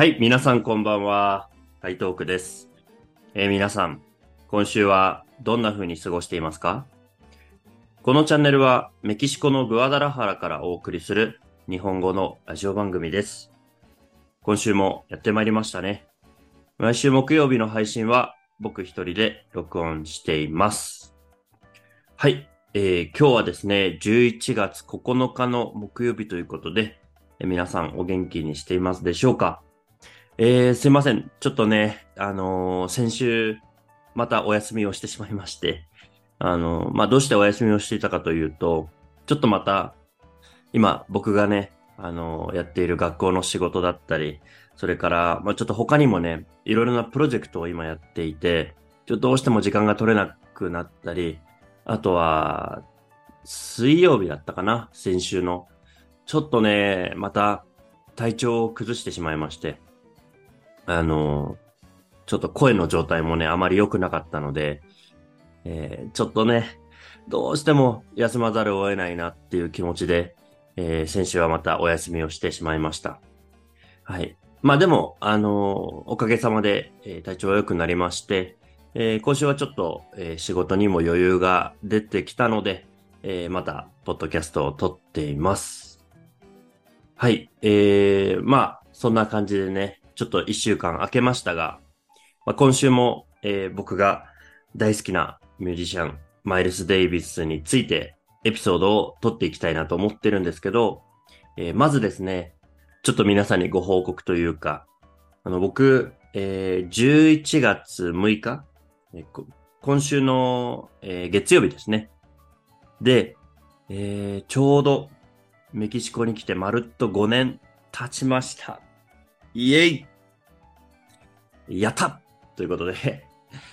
はい、皆さんこんばんは。台東区です。皆さん、今週はどんな風に過ごしていますか？このチャンネルはメキシコのグアダラハラからお送りする日本語のラジオ番組です。今週もやってまいりましたね。毎週木曜日の配信は僕一人で録音しています。はい、今日はですね、11月9日の木曜日ということで、皆さんお元気にしていますでしょうか？すいません。ちょっとね、先週、またお休みをしてしまいまして、どうしてお休みをしていたかというと、ちょっとまた、今、僕がね、やっている学校の仕事だったり、それから、ちょっと他にもね、いろいろなプロジェクトを今やっていて、どうしても時間が取れなくなったり、あとは、水曜日だったかな、先週の。ちょっとね、また、体調を崩してしまいまして、あの、ちょっと声の状態もね、あまり良くなかったので、ちょっとね、どうしても休まざるを得ないなっていう気持ちで、先週はまたお休みをしてしまいました。はい。でも、おかげさまで、体調が良くなりまして、今週はちょっと、仕事にも余裕が出てきたので、また、ポッドキャストを撮っています。はい。そんな感じでね、ちょっと一週間空けましたが、今週も、僕が大好きなミュージシャン、マイルス・デイビスについてエピソードを撮っていきたいなと思ってるんですけど、まずですね、ちょっと皆さんにご報告というか、僕、11月6日、今週の、月曜日ですね。で、ちょうどメキシコに来てまるっと5年経ちました。イエイやったということで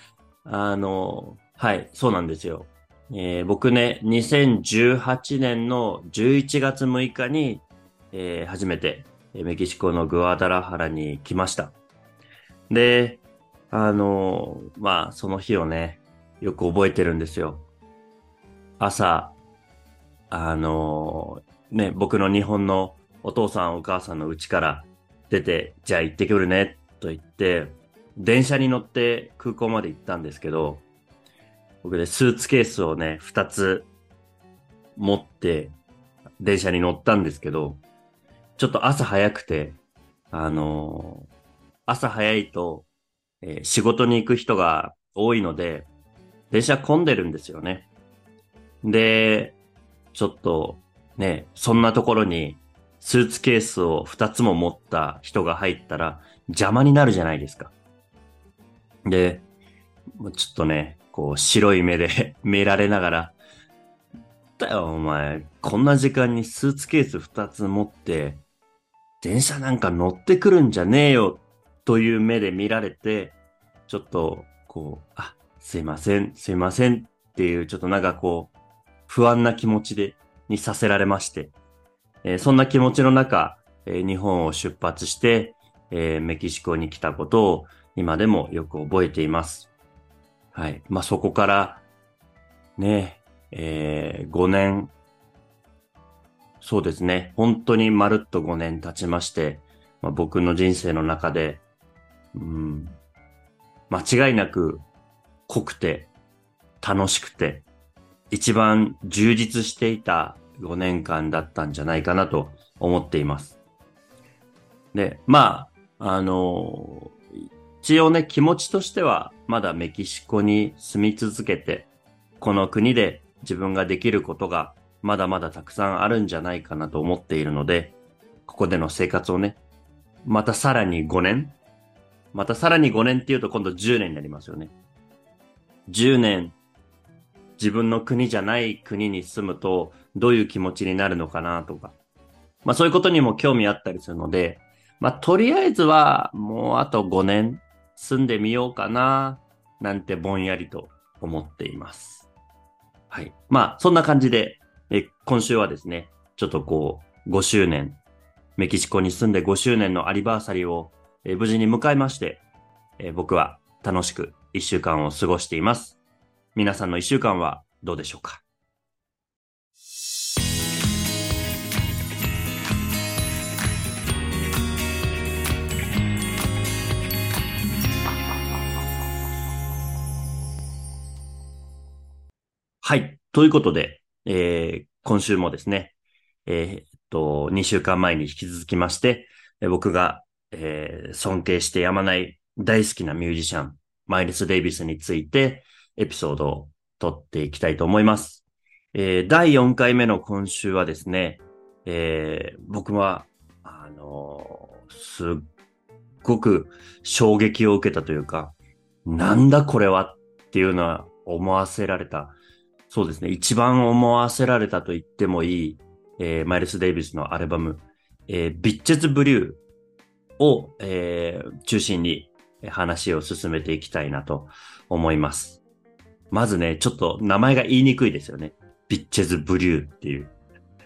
はい、そうなんですよ。僕ね、2018年の11月6日に、初めてメキシコのグアダラハラに来ました。で、その日をね、よく覚えてるんですよ。朝、僕の日本のお父さんお母さんの家から出て、じゃあ行ってくるね、と言って、電車に乗って空港まで行ったんですけど、僕でスーツケースをね、2つ持って電車に乗ったんですけど、ちょっと朝早くて、朝早いと、仕事に行く人が多いので、電車混んでるんですよね。で、ちょっとね、そんなところにスーツケースを2つも持った人が入ったら邪魔になるじゃないですか。で、ちょっとね、こう白い目で見られながら、だよお前、こんな時間にスーツケース2つ持って、電車なんか乗ってくるんじゃねえよ、という目で見られて、ちょっと、すいません、すいませんっていう、ちょっとなんかこう、不安な気持ちにさせられまして、そんな気持ちの中、日本を出発して、メキシコに来たことを今でもよく覚えています。はい。そこから、ね、5年、そうですね。本当にまるっと5年経ちまして、僕の人生の中で、うん、間違いなく濃くて楽しくて一番充実していた5年間だったんじゃないかなと思っています。で、一応ね、気持ちとしてはまだメキシコに住み続けて、この国で自分ができることがまだまだたくさんあるんじゃないかなと思っているので、ここでの生活をね、またさらに5年またさらに5年っていうと今度10年になりますよね。10年自分の国じゃない国に住むとどういう気持ちになるのかなとか。そういうことにも興味あったりするので、とりあえずはもうあと5年住んでみようかななんてぼんやりと思っています。はい。そんな感じで、今週はですね、ちょっとこう5周年、メキシコに住んで5周年のアニバーサリーを、無事に迎えまして、僕は楽しく1週間を過ごしています。皆さんの1週間はどうでしょうか？ はい。ということで、今週もですね、2週間前に引き続きまして、僕が、尊敬してやまない大好きなミュージシャン、マイルス・デイビスについてエピソードを撮っていきたいと思います。第4回目の今週はですね、僕は、すっごく衝撃を受けたというか、なんだこれはっていうのは思わせられた。そうですね。一番思わせられたと言ってもいい、マイルス・デイビスのアルバム、ビッチェズ・ブリューを、中心に話を進めていきたいなと思います。まずね、ちょっと名前が言いにくいですよね。ビッチェズ・ブリューっていう。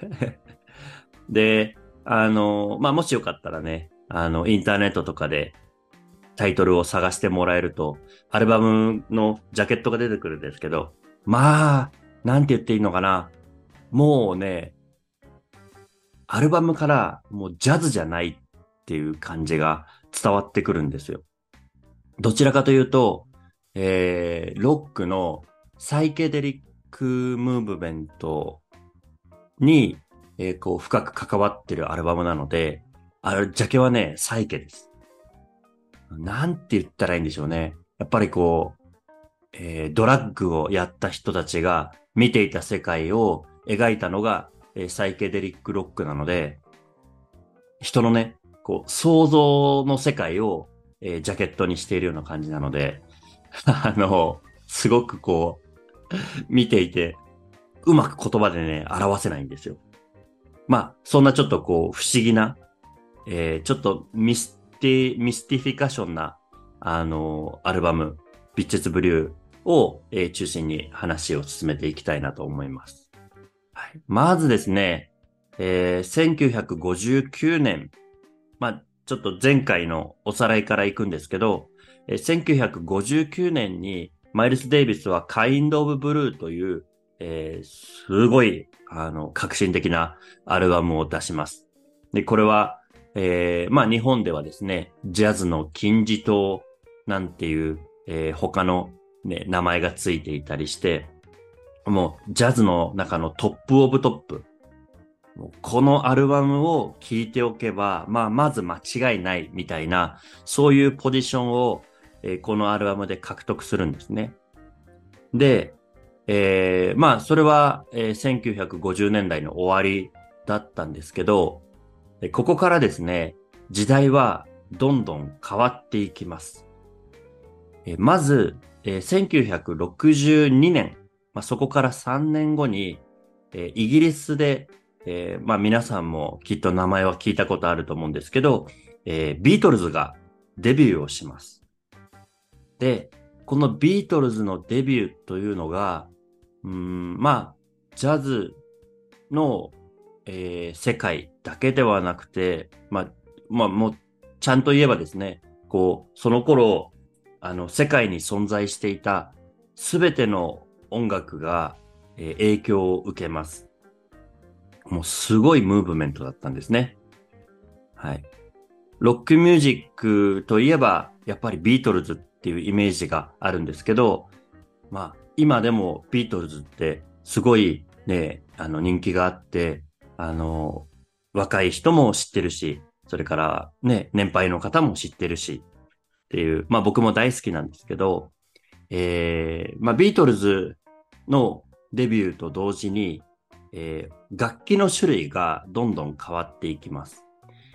で、もしよかったらね、インターネットとかでタイトルを探してもらえると、アルバムのジャケットが出てくるんですけど、まあ、なんて言っていいのかな。もうね、アルバムからもうジャズじゃないっていう感じが伝わってくるんですよ。どちらかというと、ロックのサイケデリックムーブメントに、こう深く関わってるアルバムなので、ジャケはね、サイケです。なんて言ったらいいんでしょうね。やっぱりこう、ドラッグをやった人たちが見ていた世界を描いたのが、サイケデリックロックなので、人のね、こう、想像の世界を、ジャケットにしているような感じなので、すごくこう、見ていて、うまく言葉でね、表せないんですよ。まあ、そんなちょっとこう、不思議な、ちょっとミスティフィカションな、アルバム、ビッチェスブリューを、中心に話を進めていきたいなと思います。はい、まずですね、1959年、ちょっと前回のおさらいからいくんですけど、1959年にマイルス・デイビスはカインド・オブ・ブルーという、すごい、革新的なアルバムを出します。で、これは、日本ではですね、ジャズの金字塔なんていう、他の、ね、名前がついていたりして、もうジャズの中のトップオブトップ。このアルバムを聴いておけば、まず間違いないみたいな、そういうポジションを、このアルバムで獲得するんですね。で、それは、1950年代の終わりだったんですけど、ここからですね、時代はどんどん変わっていきます。まず、1962年、そこから3年後に、イギリスで、皆さんもきっと名前は聞いたことあると思うんですけど、ビートルズがデビューをします。で、このビートルズのデビューというのが、ジャズの、世界だけではなくて、もう、ちゃんと言えばですね、こう、その頃、世界に存在していたすべての音楽が、影響を受けます。もうすごいムーブメントだったんですね。はい。ロックミュージックといえば、やっぱりビートルズっていうイメージがあるんですけど、今でもビートルズってすごいね、人気があって、若い人も知ってるし、それからね、年配の方も知ってるし、っていう、僕も大好きなんですけど、ビートルズのデビューと同時に、楽器の種類がどんどん変わっていきます。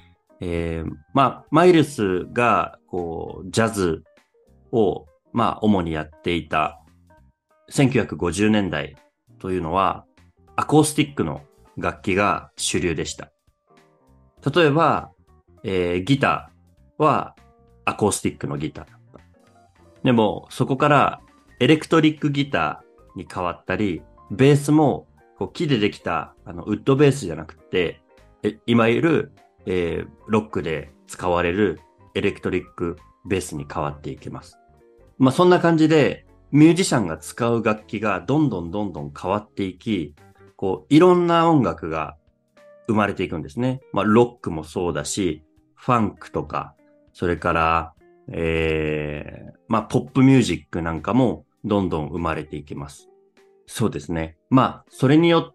マイルスが、こう、ジャズを、主にやっていた1950年代というのは、アコースティックの楽器が主流でした。例えば、ギターはアコースティックのギターだった。でも、そこからエレクトリックギターに変わったり、ベースもこう木でできたウッドベースじゃなくて、いわゆる、ロックで使われるエレクトリックベースに変わっていきます。そんな感じで、ミュージシャンが使う楽器がどんどんどんどん変わっていき、こう、いろんな音楽が生まれていくんですね。ロックもそうだし、ファンクとか、それから、ポップミュージックなんかもどんどん生まれていきます。 そうですね。まあ、それによって、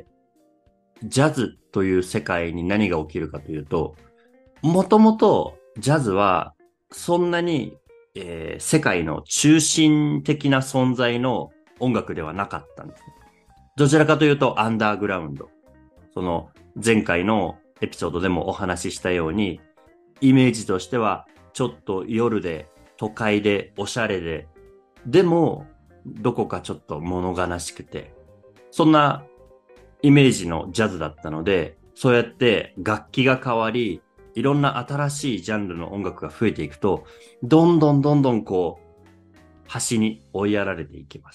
ジャズという世界に何が起きるかというと、もともとジャズはそんなに、世界の中心的な存在の音楽ではなかったんですね。どちらかというとアンダーグラウンド。その前回のエピソードでもお話ししたように、イメージとしてはちょっと夜で都会でおしゃれで、でもどこかちょっと物悲しくて、そんなイメージのジャズだったので、そうやって楽器が変わり、いろんな新しいジャンルの音楽が増えていくと、どんどんこう、端に追いやられていきます。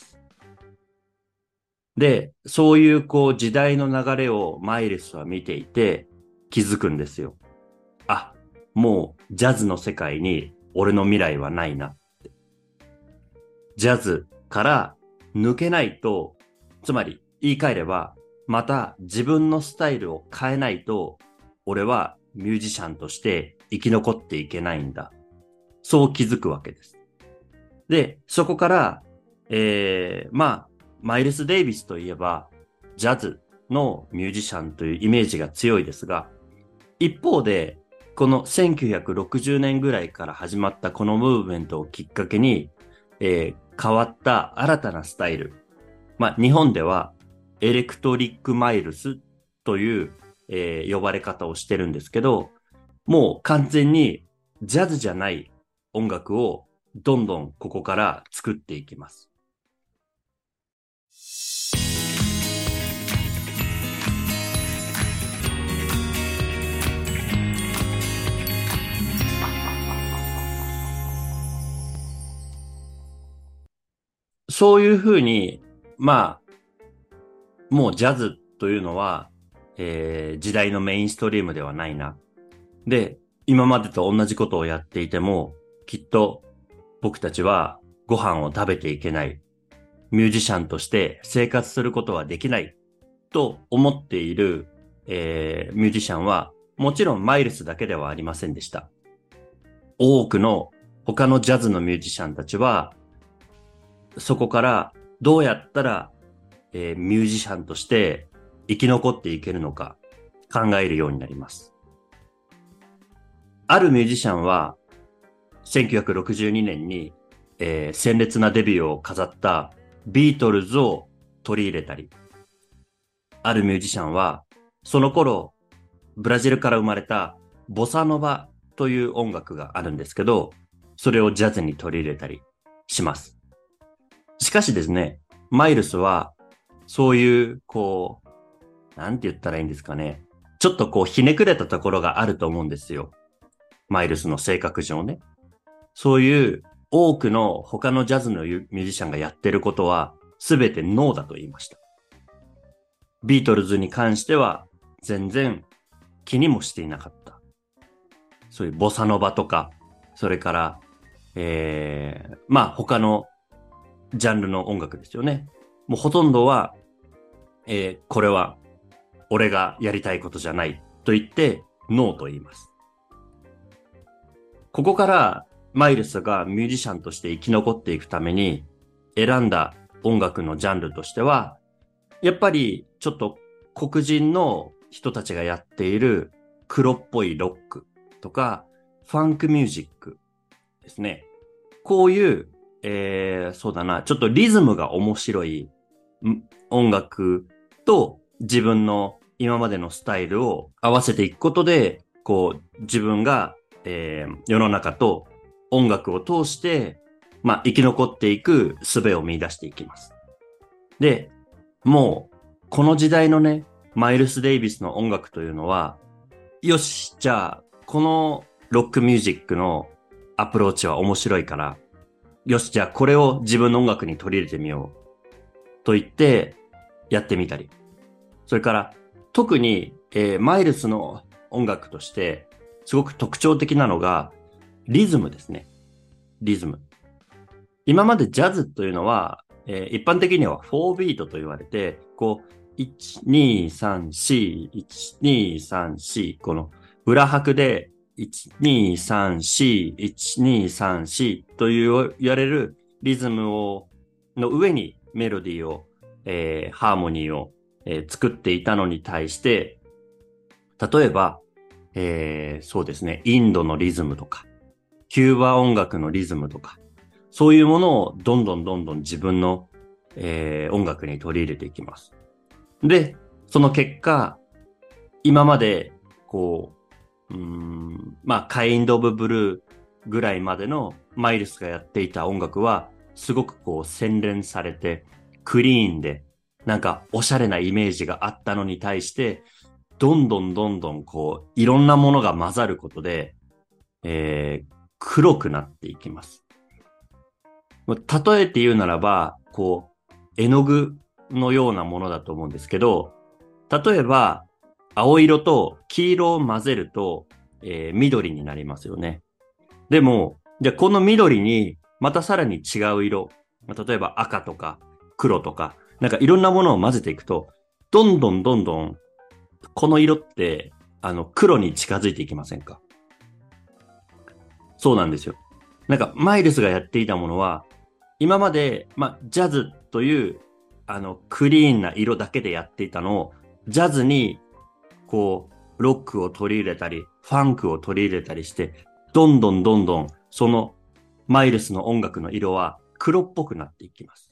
で、そういうこう時代の流れをマイルスは見ていて気づくんですよ。あ、もうジャズの世界に俺の未来はないな。ジャズから抜けないと、つまり言い換えれば、また自分のスタイルを変えないと、俺はミュージシャンとして生き残っていけないんだ。そう気づくわけです。で、そこから、まあ、マイルス・デイビスといえば、ジャズのミュージシャンというイメージが強いですが、一方で、この1960年ぐらいから始まったこのムーブメントをきっかけに、変わった新たなスタイル。まあ、日本ではエレクトリックマイルスという、呼ばれ方をしてるんですけど、もう完全にジャズじゃない音楽をどんどんここから作っていきます。そういうふうに、まあ、もうジャズというのは、時代のメインストリームではないな。で、今までと同じことをやっていても、きっと僕たちはご飯を食べていけない。ミュージシャンとして生活することはできないと思っている、ミュージシャンはもちろんマイルスだけではありませんでした。多くの他のジャズのミュージシャンたちはそこからどうやったら、ミュージシャンとして生き残っていけるのか考えるようになります。あるミュージシャンは1962年に、鮮烈なデビューを飾ったビートルズを取り入れたり、あるミュージシャンはその頃ブラジルから生まれたボサノバという音楽があるんですけど、それをジャズに取り入れたりします。しかしですね、マイルスはそういう、こう、なんて言ったらいいんですかね。ちょっとこうひねくれたところがあると思うんですよ。マイルスの性格上ね。そういう多くの他のジャズのミュージシャンがやってることは全てノーだと言いました。ビートルズに関しては全然気にもしていなかった。そういうボサノバとか、それから、まあ他のジャンルの音楽ですよね。もうほとんどは、これは俺がやりたいことじゃないと言ってノーと言います。ここからマイルスがミュージシャンとして生き残っていくために選んだ音楽のジャンルとしては、やっぱりちょっと黒人の人たちがやっている黒っぽいロックとかファンクミュージックですね。こういう、そうだな、ちょっとリズムが面白い音楽と自分の今までのスタイルを合わせていくことで、こう自分が、世の中と音楽を通して、まあ、生き残っていく術を見出していきます。で、もう、この時代のね、マイルス・デイビスの音楽というのは、よし、じゃあ、このロックミュージックのアプローチは面白いから、よし、じゃあこれを自分の音楽に取り入れてみよう。と言って、やってみたり。それから、特に、マイルスの音楽として、すごく特徴的なのが、リズムですね。リズム。今までジャズというのは、一般的には4ビートと言われて、こう、1、2、3、4、1、2、3、4、この裏拍で、1、2、3、4、1、2、3、4という言われるリズムの上にメロディーをハーモニーを、作っていたのに対して、例えば、そうですね、インドのリズムとか、キューバ音楽のリズムとか、そういうものをどんどんどんどん自分の、音楽に取り入れていきます。で、その結果、今まで、こカインド・オブ・ブルーぐらいまでのマイルスがやっていた音楽は、すごく洗練されて、クリーンで、なんかおしゃれなイメージがあったのに対して、どんどんどんどんいろんなものが混ざることで、黒くなっていきます。例えて言うならば、絵の具のようなものだと思うんですけど、例えば、青色と黄色を混ぜると、緑になりますよね。でも、じゃあこの緑にまたさらに違う色、例えば赤とか黒とか、なんかいろんなものを混ぜていくと、どんどんどんどん、この色って、黒に近づいていきませんか？そうなんですよ。なんか、マイルスがやっていたものは、今まで、ジャズという、クリーンな色だけでやっていたのを、ジャズに、ロックを取り入れたり、ファンクを取り入れたりして、どんどんどんどん、その、マイルスの音楽の色は黒っぽくなっていきます。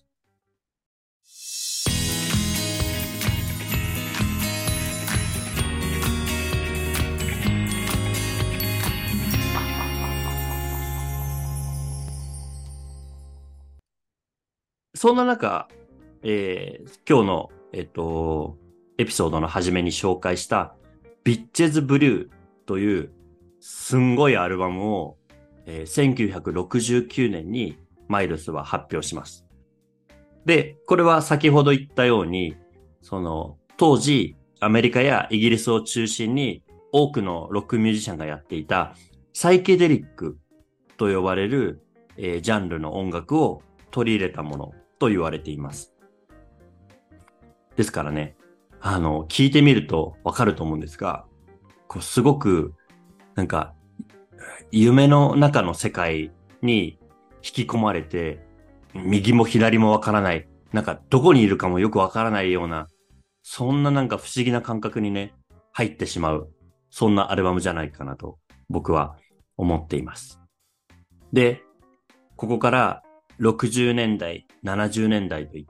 そんな中、今日の、エピソードの初めに紹介したビッチェズ・ブルーというすんごいアルバムを、1969年にマイルスは発表します。で、これは先ほど言ったように、当時アメリカやイギリスを中心に多くのロックミュージシャンがやっていたサイケデリックと呼ばれる、ジャンルの音楽を取り入れたものと言われています。ですからね、聞いてみるとわかると思うんですが、すごく、なんか、夢の中の世界に引き込まれて、右も左もわからない、なんかどこにいるかもよくわからないような、そんななんか不思議な感覚にね、入ってしまう、そんなアルバムじゃないかなと僕は思っています。で、ここから60年代、70年代といった、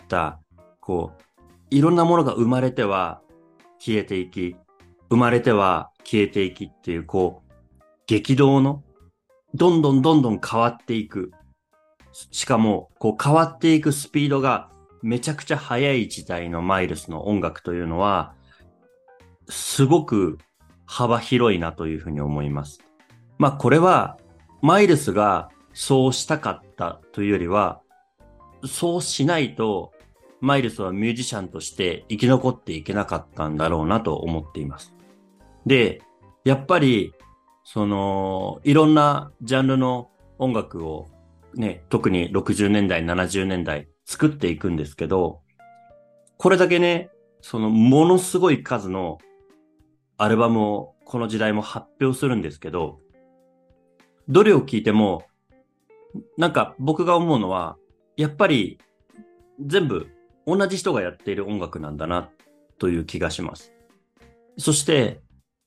いろんなものが生まれては消えていき、生まれては消えていきっていう、激動の、どんどんどんどん変わっていく。しかも、変わっていくスピードがめちゃくちゃ速い時代のマイルスの音楽というのは、すごく幅広いなというふうに思います。これは、マイルスがそうしたかったというよりは、そうしないと、マイルスはミュージシャンとして生き残っていけなかったんだろうなと思っています。で、やっぱり、いろんなジャンルの音楽をね、特に60年代、70年代作っていくんですけど、これだけね、ものすごい数のアルバムをこの時代も発表するんですけど、どれを聞いても、なんか僕が思うのは、やっぱり全部同じ人がやっている音楽なんだなという気がします。そして、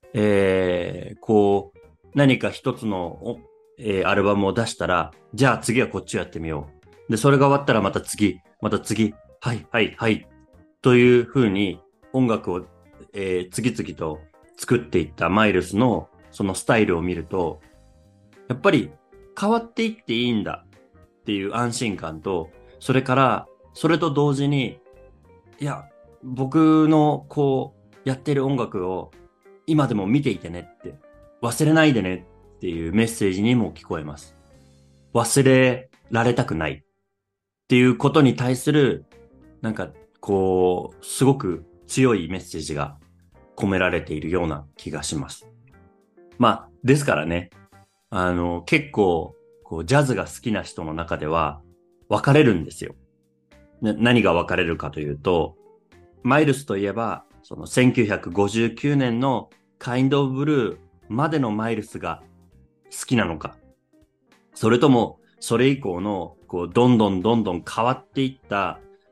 何か一つの、アルバムを出したら、じゃあ次はこっちをやってみよう。で、それが終わったらまた次、また次、はい、はい、はい。という風に音楽を、次々と作っていったマイルスのそのスタイルを見ると、やっぱり変わっていっていいんだっていう安心感と、それから、それと同時に、いや、僕のやってる音楽を今でも見ていてねって、忘れないでねっていうメッセージにも聞こえます。忘れられたくないっていうことに対する、なんかすごく強いメッセージが込められているような気がします。ですからね、結構、ジャズが好きな人の中では分かれるんですよ。何が分かれるかというと、マイルスといえば、その1959年のカインド・オブ・ブルーまでのマイルスが好きなのか、それともそれ以降のどんどんどんどん変わっていった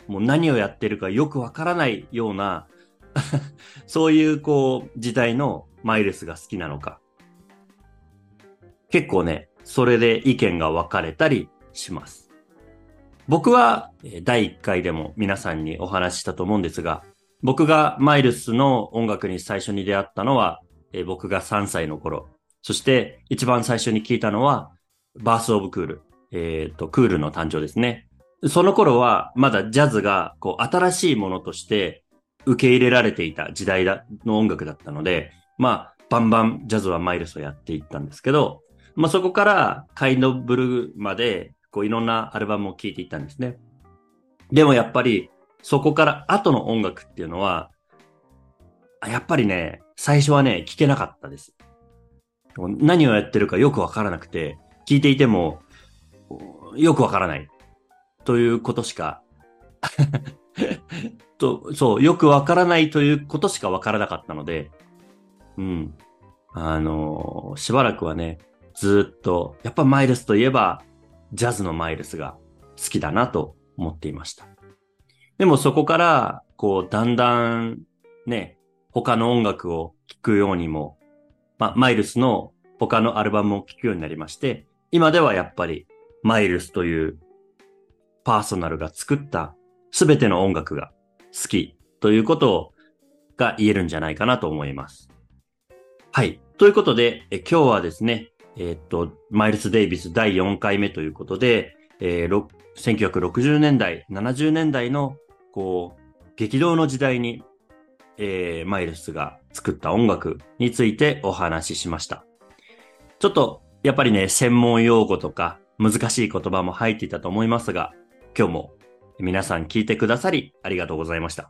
もう何をやってるかよくわからないようなそういう時代のマイルスが好きなのか。結構ね、それで意見が分かれたりします。僕は第1回でも皆さんにお話ししたと思うんですが、僕がマイルスの音楽に最初に出会ったのは、僕が3歳の頃。そして一番最初に聞いたのは、バースオブクール。クールの誕生ですね。その頃はまだジャズが新しいものとして受け入れられていた時代の音楽だったので、バンバンジャズはマイルスをやっていったんですけど、そこからカインドブルーまでいろんなアルバムを聴いていったんですね。でもやっぱりそこから後の音楽っていうのは、やっぱりね、最初はね、聴けなかったです。何をやってるかよくわからなくて、聴いていてもよくわからないということしかそう、よくわからないということしかわからなかったので、しばらくはね、ずっと、やっぱマイルスといえば、ジャズのマイルスが好きだなと思っていました。でもそこから、だんだん、ね、他の音楽を聴くようにも、マイルスの他のアルバムを聴くようになりまして、今ではやっぱり、マイルスというパーソナルが作ったすべての音楽が好きということが言えるんじゃないかなと思います。はい。ということで、今日はですね、マイルス・デイビス第4回目ということで、1960年代、70年代の、激動の時代に、マイルスが作った音楽についてお話ししました。ちょっと、やっぱりね、専門用語とか難しい言葉も入っていたと思いますが、今日も皆さん聞いてくださりありがとうございました。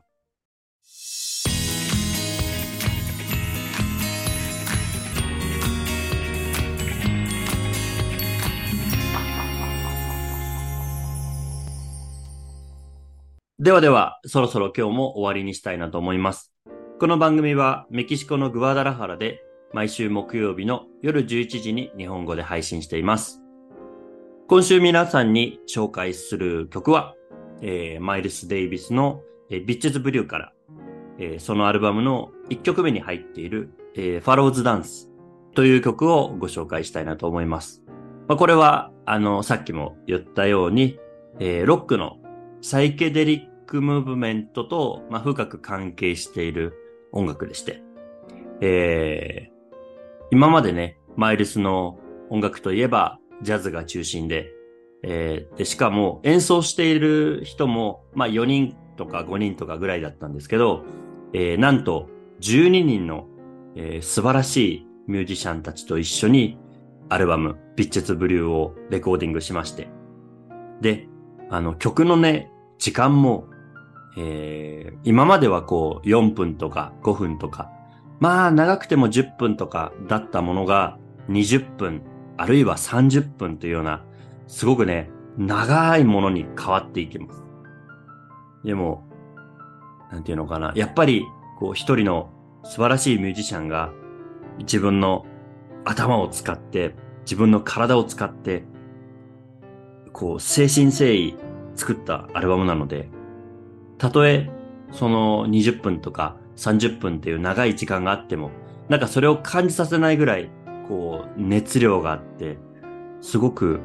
ではでは、そろそろ今日も終わりにしたいなと思います。この番組はメキシコのグアダラハラで毎週木曜日の夜11時に日本語で配信しています。今週皆さんに紹介する曲は、マイルス・デイビスの、ビッチェズ・ブリューから、そのアルバムの1曲目に入っている、ファローズ・ダンスという曲をご紹介したいなと思います。これは、さっきも言ったように、ロックのサイケデリックムーブメントと、深く関係している音楽でして、今までね、マイルスの音楽といえばジャズが中心で、しかも演奏している人も、4人とか5人とかぐらいだったんですけど、なんと12人の、素晴らしいミュージシャンたちと一緒にアルバム、ビッチェズ・ブリューをレコーディングしまして、で、曲のね、時間も、今までは4分とか5分とか、長くても10分とかだったものが20分、あるいは30分というような、すごくね、長いものに変わっていきます。でも、なんていうのかな。やっぱり、一人の素晴らしいミュージシャンが自分の頭を使って、自分の体を使って、誠心誠意作ったアルバムなので、たとえその20分とか30分っていう長い時間があっても、なんかそれを感じさせないぐらい、熱量があって、すごく、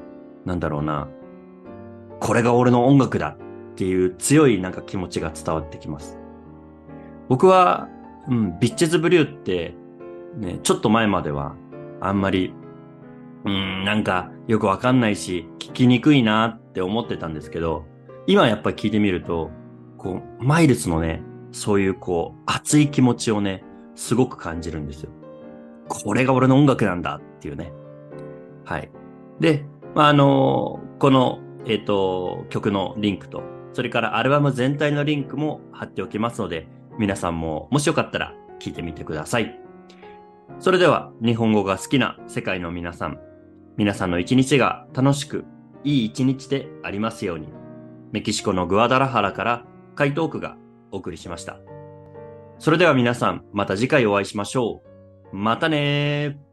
これが俺の音楽だっていう強いなんか気持ちが伝わってきます。僕は、ビッチェズ・ブリューって、ね、ちょっと前までは、あんまり、なんかよくわかんないし、聞きにくいなって思ってたんですけど、今やっぱり聞いてみると、マイルスのね、そういう熱い気持ちをね、すごく感じるんですよ。これが俺の音楽なんだっていうね。はい。で、この、曲のリンクと、それからアルバム全体のリンクも貼っておきますので、皆さんももしよかったら聞いてみてください。それでは、日本語が好きな世界の皆さんの一日が楽しく、いい一日でありますように。メキシコのグアダラハラからカイトークがお送りしました。それでは皆さん、また次回お会いしましょう。またねー。